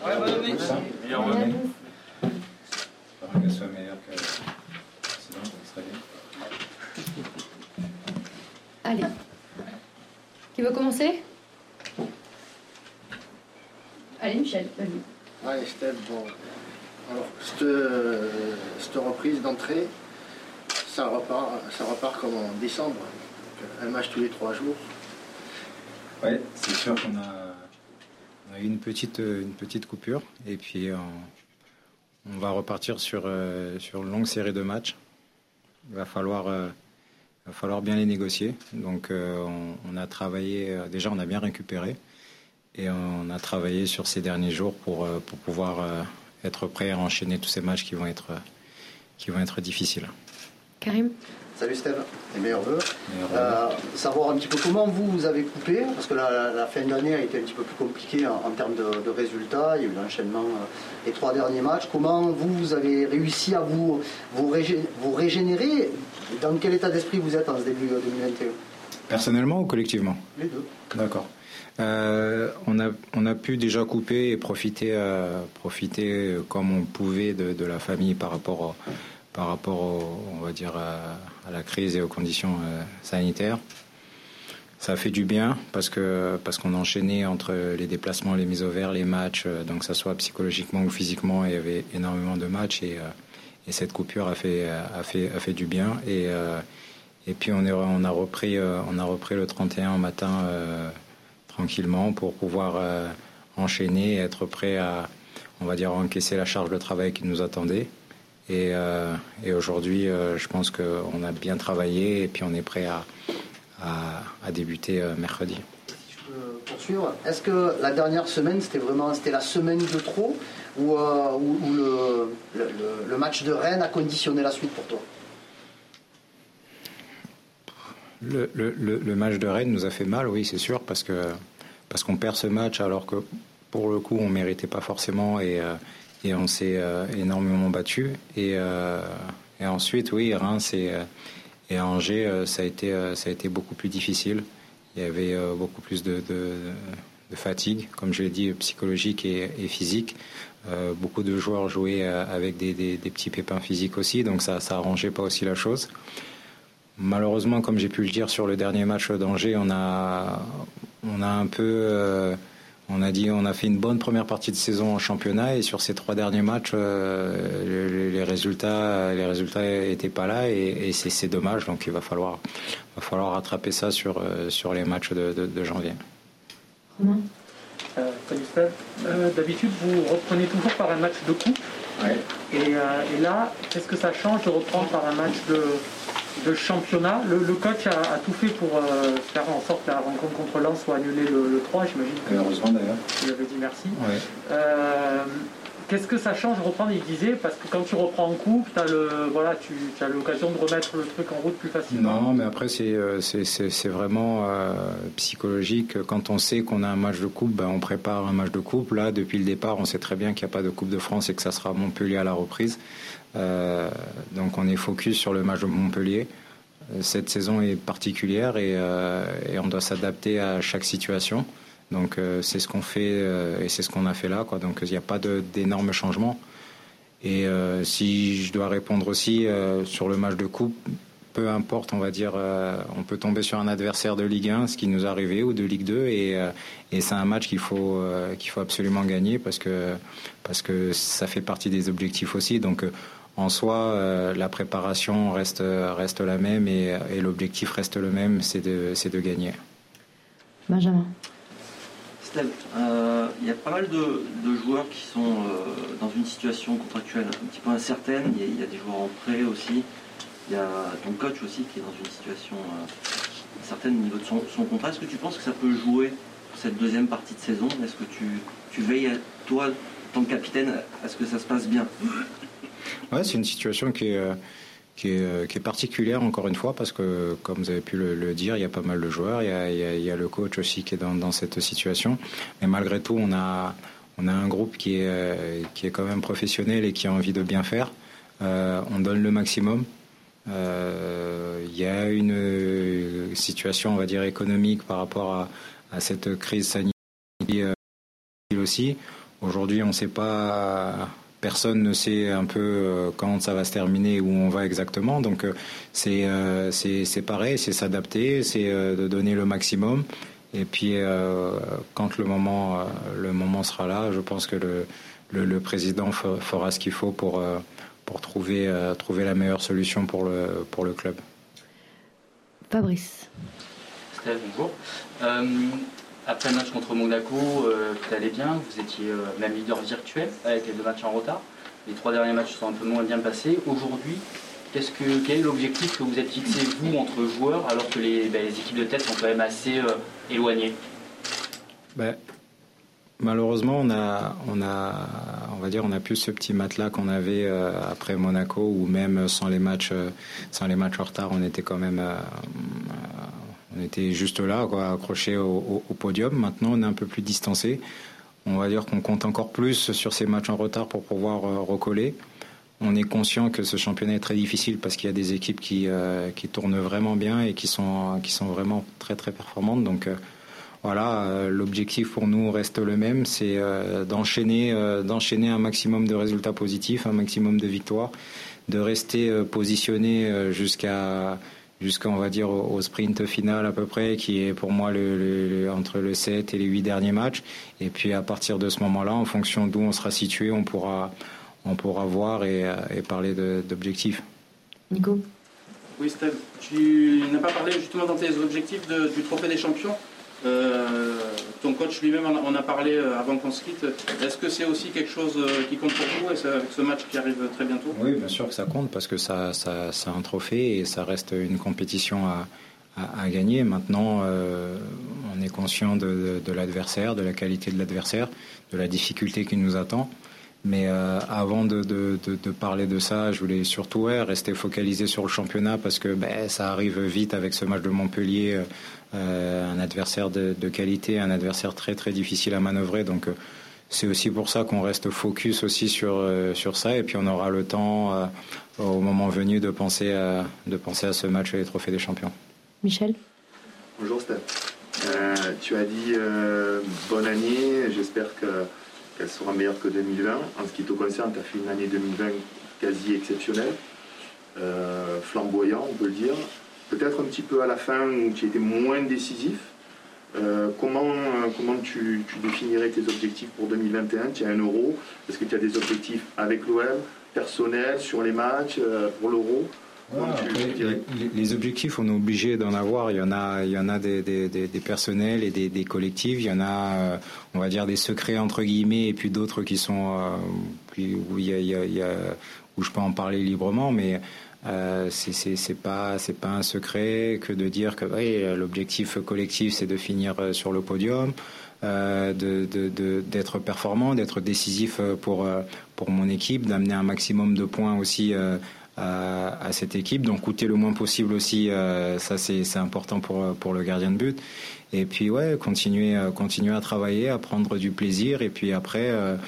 Meilleur bonne. J'espère qu'elle soit meilleure que précédente, ça serait bien. Allez. Qui veut commencer? Allez, Michel, vas-y. Allez, Steph, bon. Alors, cette reprise d'entrée, ça repart comme en décembre. Donc, un match tous les 3 jours. Oui, c'est sûr qu'on a eu une petite coupure. Et puis, on va repartir sur une longue série de matchs. Il va falloir bien les négocier. Donc, on a travaillé. Déjà, on a bien récupéré. Et on a travaillé sur ces derniers jours pour pouvoir être prêt à enchaîner tous ces matchs qui vont être difficiles. Karim? Salut Steve, et meilleurs vœux. Savoir un petit peu comment vous avez coupé, parce que la fin d'année a été un petit peu plus compliquée en termes de résultats. Il y a eu l'enchaînement des 3 derniers matchs. Comment vous avez réussi à vous régénérer? Dans quel état d'esprit vous êtes en ce début 2021? Personnellement ou collectivement? Les deux. D'accord. On a pu déjà couper et profiter comme on pouvait de la famille par rapport on va dire à la crise et aux conditions sanitaires. Ça a fait du bien parce qu'on enchaînait entre les déplacements, les mises au vert, les matchs, donc que ça soit psychologiquement ou physiquement, il y avait énormément de matchs et cette coupure a fait du bien et puis on a repris le 31 au matin tranquillement pour pouvoir enchaîner et être prêt à, on va dire, encaisser la charge de travail qui nous attendait. Et aujourd'hui, je pense qu'on a bien travaillé et puis on est prêt à débuter mercredi. Si je peux poursuivre, est-ce que la dernière semaine, c'était la semaine de trop ou le match de Rennes a conditionné la suite pour toi? Le match de Rennes nous a fait mal, oui, c'est sûr, parce qu'on perd ce match alors que pour le coup on méritait pas forcément et on s'est énormément battu et ensuite oui, Reims et Angers ça a été beaucoup plus difficile. Il y avait beaucoup plus de fatigue, comme je l'ai dit, psychologique et physique. Beaucoup de joueurs jouaient avec des petits pépins physiques aussi, donc ça arrangeait pas aussi la chose. Malheureusement, comme j'ai pu le dire sur le dernier match d'Angers, on a un peu, on a fait une bonne première partie de saison en championnat et sur ces 3 derniers matchs, les résultats étaient pas là et c'est dommage. Donc il va falloir rattraper ça sur les matchs de janvier. Romain? Salut Steve. D'habitude, vous reprenez toujours par un match de coupe. Ouais. Et là, qu'est-ce que ça change de reprendre par un match de championnat? Le coach a tout fait pour faire en sorte que la rencontre contre Lens soit annulée le 3, j'imagine. Heureusement d'ailleurs. Il avait dit merci. Ouais. Qu'est-ce que ça change de reprendre? Il disait, parce que quand tu reprends en coupe, tu as l'occasion de remettre le truc en route plus facilement. Non, mais après c'est vraiment psychologique. Quand on sait qu'on a un match de coupe, on prépare un match de coupe. Là, depuis le départ, on sait très bien qu'il n'y a pas de Coupe de France et que ça sera Montpellier à la reprise. Donc on est focus sur le match de Montpellier. Cette saison est particulière et on doit s'adapter à chaque situation. Donc c'est ce qu'on fait et c'est ce qu'on a fait là, quoi. Donc il n'y a pas d'énormes changements. Et si je dois répondre aussi sur le match de coupe, peu importe, on va dire, on peut tomber sur un adversaire de Ligue 1, ce qui nous est arrivé, ou de Ligue 2, et c'est un match qu'il faut absolument gagner parce que ça fait partie des objectifs aussi. Donc en soi, la préparation reste la même et l'objectif reste le même, c'est de gagner. Benjamin? Steve, il y a pas mal de joueurs qui sont dans une situation contractuelle un petit peu incertaine. Il y a des joueurs en prêt aussi. Il y a ton coach aussi qui est dans une situation incertaine au niveau de son contrat. Est-ce que tu penses que ça peut jouer pour cette deuxième partie de saison? Est-ce que tu veilles, toi, en tant que capitaine, à ce que ça se passe bien? Ouais, c'est une situation qui est particulière, encore une fois, parce que, comme vous avez pu le dire, il y a pas mal de joueurs, il y a le coach aussi qui est dans cette situation. Mais malgré tout, on a un groupe qui est quand même professionnel et qui a envie de bien faire. On donne le maximum. Il y a une situation, on va dire, économique par rapport à cette crise sanitaire aussi. Aujourd'hui, on ne sait pas. Personne ne sait un peu quand ça va se terminer, où on va exactement. Donc c'est pareil, c'est s'adapter, c'est de donner le maximum. Et puis quand le moment sera là, je pense que le président fera ce qu'il faut pour trouver la meilleure solution pour le club. Fabrice. Steve, bonjour. Après le match contre Monaco, tout allait bien, vous étiez même leader virtuel avec les 2 matchs en retard. Les 3 derniers matchs sont un peu moins bien passés. Aujourd'hui, quel est l'objectif que vous êtes fixé, vous, entre joueurs, alors que les équipes de tête sont quand même assez éloignées? Malheureusement, on a plus ce petit matelas qu'on avait après Monaco, ou même sans les matchs en retard, on était quand même, on était juste là, quoi, accroché au podium. Maintenant, on est un peu plus distancé. On va dire qu'on compte encore plus sur ces matchs en retard pour pouvoir recoller. On est conscient que ce championnat est très difficile parce qu'il y a des équipes qui tournent vraiment bien et qui sont vraiment très très performantes. Donc voilà, l'objectif pour nous reste le même, c'est d'enchaîner un maximum de résultats positifs, un maximum de victoires, de rester positionné jusqu'à on va dire au sprint final à peu près, qui est pour moi entre le 7 et les 8 derniers matchs. Et puis à partir de ce moment-là, en fonction d'où on sera situé, on pourra voir et parler d'objectifs. Nico. Oui, Steve, tu n'as pas parlé justement dans tes objectifs du Trophée des Champions. Ton coach lui-même en a parlé avant qu'on se quitte. Est-ce que c'est aussi quelque chose qui compte pour vous, et avec ce match qui arrive très bientôt? Oui, bien sûr que ça compte, parce que ça un trophée et ça reste une compétition à gagner. Maintenant, on est conscient de l'adversaire, de la qualité de l'adversaire, de la difficulté qui nous attend. Mais avant de parler de ça, je voulais surtout rester focalisé sur le championnat, parce que ça arrive vite avec ce match de Montpellier, un adversaire de qualité, un adversaire très très difficile à manœuvrer. Donc c'est aussi pour ça qu'on reste focus aussi sur ça, et puis on aura le temps au moment venu de penser à ce match et les trophées des champions. Michel. Bonjour Steph. Tu as dit bonne année, j'espère qu'elle sera meilleure que 2020. En ce qui te concerne, tu as fait une année 2020 quasi exceptionnelle, flamboyant, on peut le dire. Peut-être un petit peu à la fin où tu étais moins décisif. Comment tu définirais tes objectifs pour 2021? Tu as un Euro. Est-ce que tu as des objectifs avec l'OM, personnels, sur les matchs, pour l'Euro? Les objectifs, on est obligé d'en avoir. Il y en a des personnels et des collectifs. Il y en a, on va dire, des secrets entre guillemets, et puis d'autres qui sont où je peux en parler librement, mais c'est pas un secret que de dire que l'objectif collectif, c'est de finir sur le podium, d'être performant, d'être décisif pour mon équipe, d'amener un maximum de points aussi à cette équipe, donc coûter le moins possible aussi, ça c'est important pour le gardien de but. Et puis continuer à travailler, à prendre du plaisir, et puis après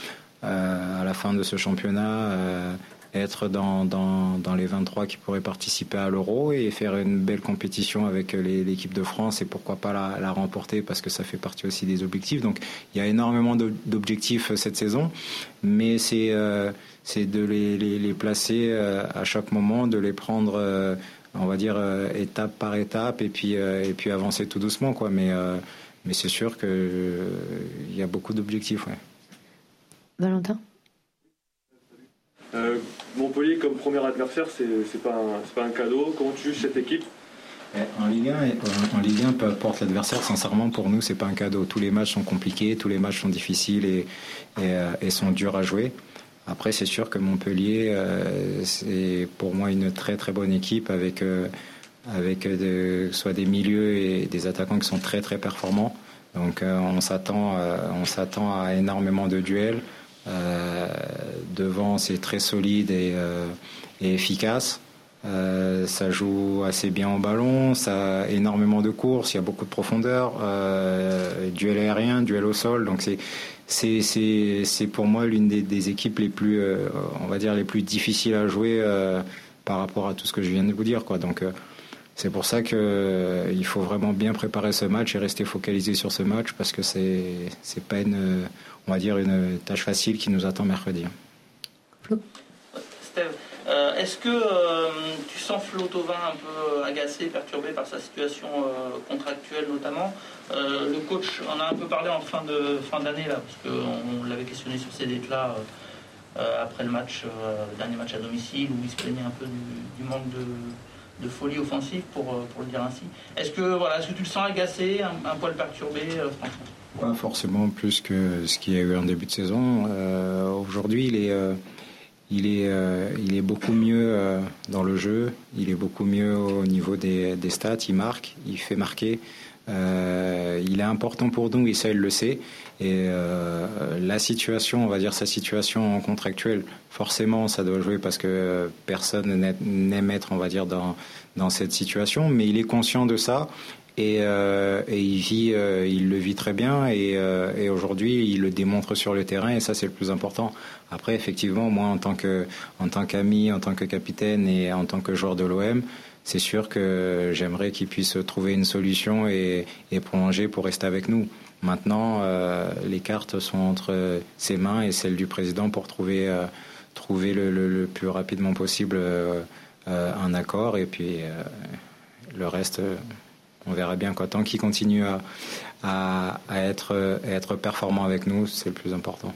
à la fin de ce championnat être dans les 23 qui pourraient participer à l'Euro et faire une belle compétition avec l'équipe de France, et pourquoi pas la remporter, parce que ça fait partie aussi des objectifs. Donc il y a énormément d'objectifs cette saison, mais c'est de les placer à chaque moment, de les prendre on va dire étape par étape, et puis avancer tout doucement, quoi. Mais c'est sûr que il y a beaucoup d'objectifs. Valentin. Montpellier comme premier adversaire, c'est pas un cadeau. Comment tu juges cette équipe? En Ligue 1, peu importe l'adversaire, sincèrement pour nous c'est pas un cadeau. Tous les matchs sont compliqués, tous les matchs sont difficiles et sont durs à jouer. Après c'est sûr que Montpellier c'est pour moi une très très bonne équipe avec soit des milieux et des attaquants qui sont très très performants. Donc on s'attend à énormément de duels. Devant c'est très solide et efficace. Ça joue assez bien au ballon, ça a énormément de courses, il y a beaucoup de profondeur, duel aérien, duel au sol. Donc c'est pour moi l'une des équipes les plus on va dire les plus difficiles à jouer par rapport à tout ce que je viens de vous dire, quoi. Donc c'est pour ça que il faut vraiment bien préparer ce match et rester focalisé sur ce match, parce que c'est pas on va dire, une tâche facile qui nous attend mercredi. Steve, est-ce que tu sens Flo Thauvin un peu agacé, perturbé par sa situation contractuelle notamment? Le coach en a un peu parlé en fin d'année, là, parce qu'on l'avait questionné sur ces dates-là après le match, dernier match à domicile, où il se plaignait un peu du manque de folie offensive, pour le dire ainsi. Est-ce que tu le sens agacé, un poil perturbé, franchement? Pas forcément plus que ce qu'il y a eu en début de saison. Aujourd'hui, il est beaucoup mieux dans le jeu, il est beaucoup mieux au niveau des stats, il marque, il fait marquer. Il est important pour nous et ça il le sait. Et la situation, on va dire sa situation contractuelle, forcément ça doit jouer parce que personne n'aime être, on va dire, dans cette situation, mais il est conscient de ça. Et il le vit très bien et aujourd'hui il le démontre sur le terrain et ça c'est le plus important. Après effectivement moi en tant qu'ami, en tant que capitaine et en tant que joueur de l'OM, c'est sûr que j'aimerais qu'il puisse trouver une solution et prolonger pour rester avec nous. Maintenant les cartes sont entre ses mains et celles du président pour trouver le plus rapidement possible un accord et puis le reste on verra bien quoi. Tant qu'il continue à être performant avec nous, c'est le plus important.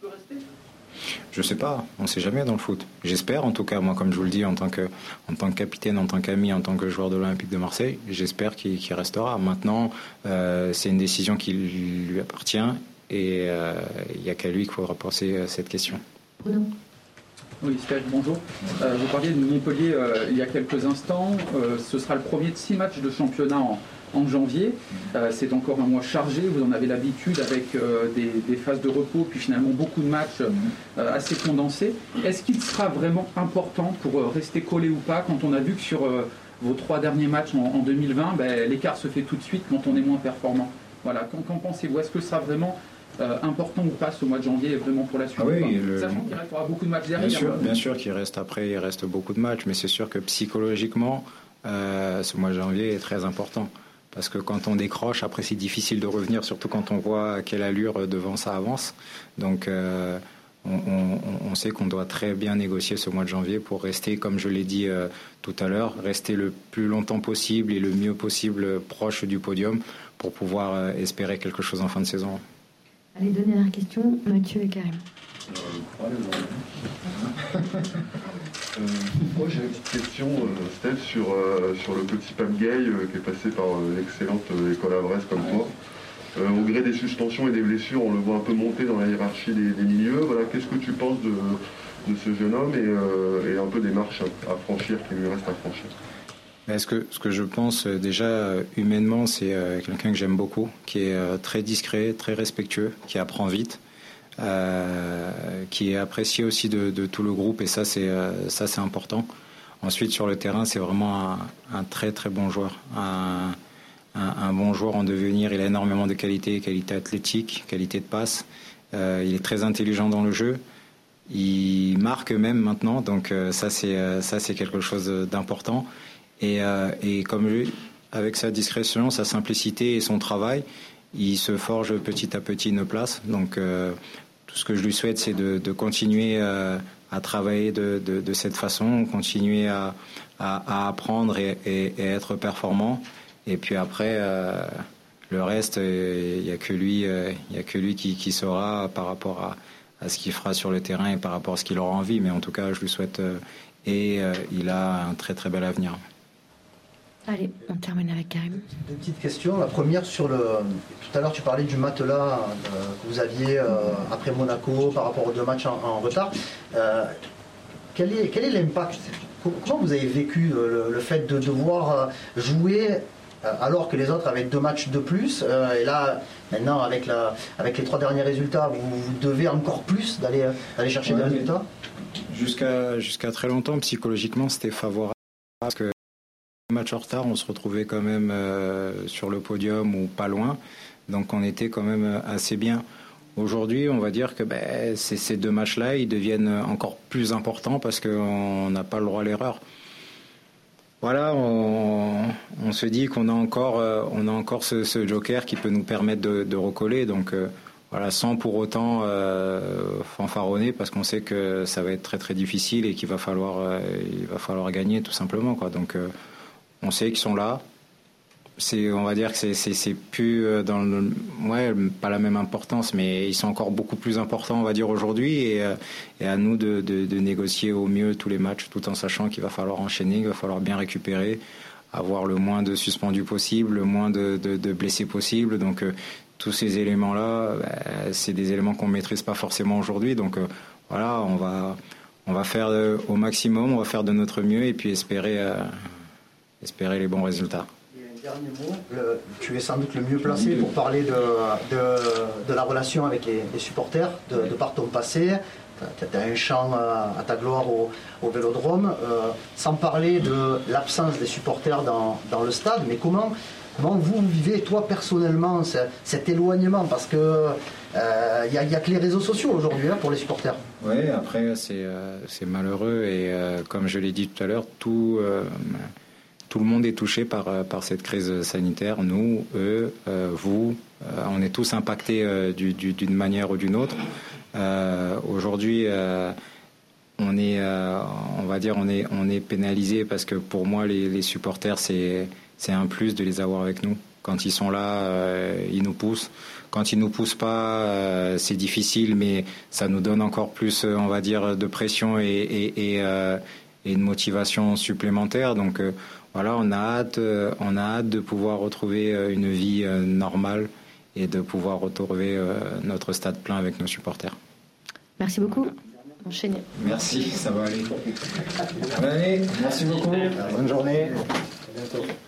Je sais pas, on sait jamais dans le foot. J'espère en tout cas, moi comme je vous le dis, en tant que capitaine, en tant qu'ami, en tant que joueur de l'Olympique de Marseille, j'espère qu'il restera. Maintenant, c'est une décision qui lui appartient et il n'y a qu'à lui qu'il faudra penser cette question. Bruno. Oui, Steve, bonjour. Vous parliez de Montpellier il y a quelques instants. Ce sera le premier de 6 matchs de championnat en janvier. C'est encore un mois chargé. Vous en avez l'habitude avec des phases de repos, puis finalement beaucoup de matchs assez condensés. Est-ce qu'il sera vraiment important pour rester collé ou pas quand on a vu que sur vos 3 derniers matchs en 2020, l'écart se fait tout de suite quand on est moins performant? Voilà. Qu'en pensez-vous? Est-ce que ce sera vraiment important ou pas ce mois de janvier vraiment pour la suite? Sachant qu'il restera beaucoup de matchs derrière. Bien sûr qu'il reste après, il reste beaucoup de matchs, mais c'est sûr que psychologiquement, ce mois de janvier est très important. Parce que quand on décroche, après c'est difficile de revenir, surtout quand on voit à quelle allure devant ça avance. Donc on sait qu'on doit très bien négocier ce mois de janvier pour rester, comme je l'ai dit tout à l'heure, rester le plus longtemps possible et le mieux possible proche du podium pour pouvoir espérer quelque chose en fin de saison. Allez, dernière question, Mathieu et Karim. Moi j'ai une petite question, Steph, sur le petit Pape Gay qui est passé par l'excellente école à Brest comme toi. Au gré des suspensions et des blessures, on le voit un peu monter dans la hiérarchie des milieux. Voilà, qu'est-ce que tu penses de ce jeune homme et un peu des marches à franchir qui lui reste à franchir? Ce que je pense déjà humainement, c'est quelqu'un que j'aime beaucoup, qui est très discret, très respectueux, qui apprend vite, qui est apprécié aussi de tout le groupe et ça c'est important. Ensuite sur le terrain, c'est vraiment un très très bon joueur, un bon joueur en devenir. Il a énormément de qualité athlétique, qualité de passe. Il est très intelligent dans le jeu. Il marque même maintenant, donc ça c'est quelque chose d'important. Et comme lui, avec sa discrétion, sa simplicité et son travail, il se forge petit à petit une place. Donc tout ce que je lui souhaite, c'est de continuer à travailler de cette façon, continuer à apprendre et être performant. Et puis après, le reste, il n'y a que lui qui saura par rapport à ce qu'il fera sur le terrain et par rapport à ce qu'il aura envie. Mais en tout cas, je lui souhaite il a un très très bel avenir. Allez, on termine avec Karim. Deux petites questions. La première sur tout à l'heure tu parlais du matelas que vous aviez après Monaco par rapport aux 2 matchs en retard. Quel est l'impact? Comment vous avez vécu le fait de devoir jouer alors que les autres avaient 2 matchs de plus et là maintenant avec les 3 derniers résultats vous devez encore plus d'aller chercher des résultats? Jusqu'à très longtemps psychologiquement c'était favorable parce que match en retard, on se retrouvait quand même sur le podium ou pas loin, donc on était quand même assez bien. Aujourd'hui, on va dire que ces 2 matchs-là, ils deviennent encore plus importants parce qu'on n'a pas le droit à l'erreur. Voilà, on se dit qu'on a encore ce joker qui peut nous permettre de recoller, donc voilà, sans pour autant fanfaronner, parce qu'on sait que ça va être très très difficile et qu'il va falloir gagner tout simplement, quoi. Donc on sait qu'ils sont là. On va dire que c'est plus pas la même importance, mais ils sont encore beaucoup plus importants, on va dire, aujourd'hui, et à nous de négocier au mieux tous les matchs, tout en sachant qu'il va falloir enchaîner, il va falloir bien récupérer, avoir le moins de suspendus possible, le moins de blessés possible. Donc tous ces éléments-là, c'est des éléments qu'on maîtrise pas forcément aujourd'hui. Donc voilà, on va faire au maximum, on va faire de notre mieux et puis espérer les bons résultats. Dernier mot, tu es sans doute le mieux placé pour parler de la relation avec les supporters, de par ton passé. Tu as un chant à ta gloire au Vélodrome, sans parler de l'absence des supporters dans le stade, mais comment vous vivez, toi, personnellement, cet éloignement? Parce que il y a que les réseaux sociaux aujourd'hui pour les supporters. Oui, après, c'est malheureux, et comme je l'ai dit tout à l'heure, tout le monde est touché par cette crise sanitaire. Nous, eux, vous, on est tous impactés d'une manière ou d'une autre. Aujourd'hui, on est pénalisé, parce que pour moi, les supporters, c'est un plus de les avoir avec nous. Quand ils sont là, ils nous poussent. Quand ils nous poussent pas, c'est difficile, mais ça nous donne encore plus, on va dire, de pression et une motivation supplémentaire. Donc voilà, on a hâte de pouvoir retrouver une vie normale et de pouvoir retrouver notre stade plein avec nos supporters. Merci beaucoup. Enchaînez. Merci, ça va aller. Bonne année, merci beaucoup. Bonne journée. À bientôt.